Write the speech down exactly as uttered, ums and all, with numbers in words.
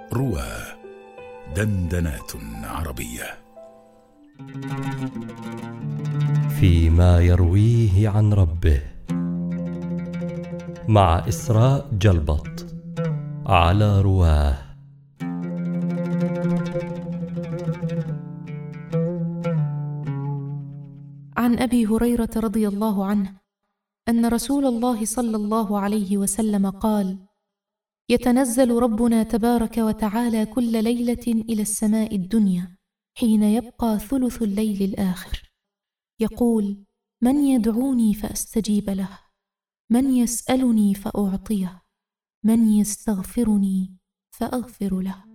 روى دندنات عربية فيما يرويه عن ربه، مع إسراء جلبط على رواه. عن أبي هريرة رضي الله عنه أن رسول الله صلى الله عليه وسلم قال: يتنزل ربنا تبارك وتعالى كل ليلة إلى السماء الدنيا حين يبقى ثلث الليل الآخر، يقول: من يدعوني فأستجيب له، من يسألني فأعطيه، من يستغفرني فأغفر له.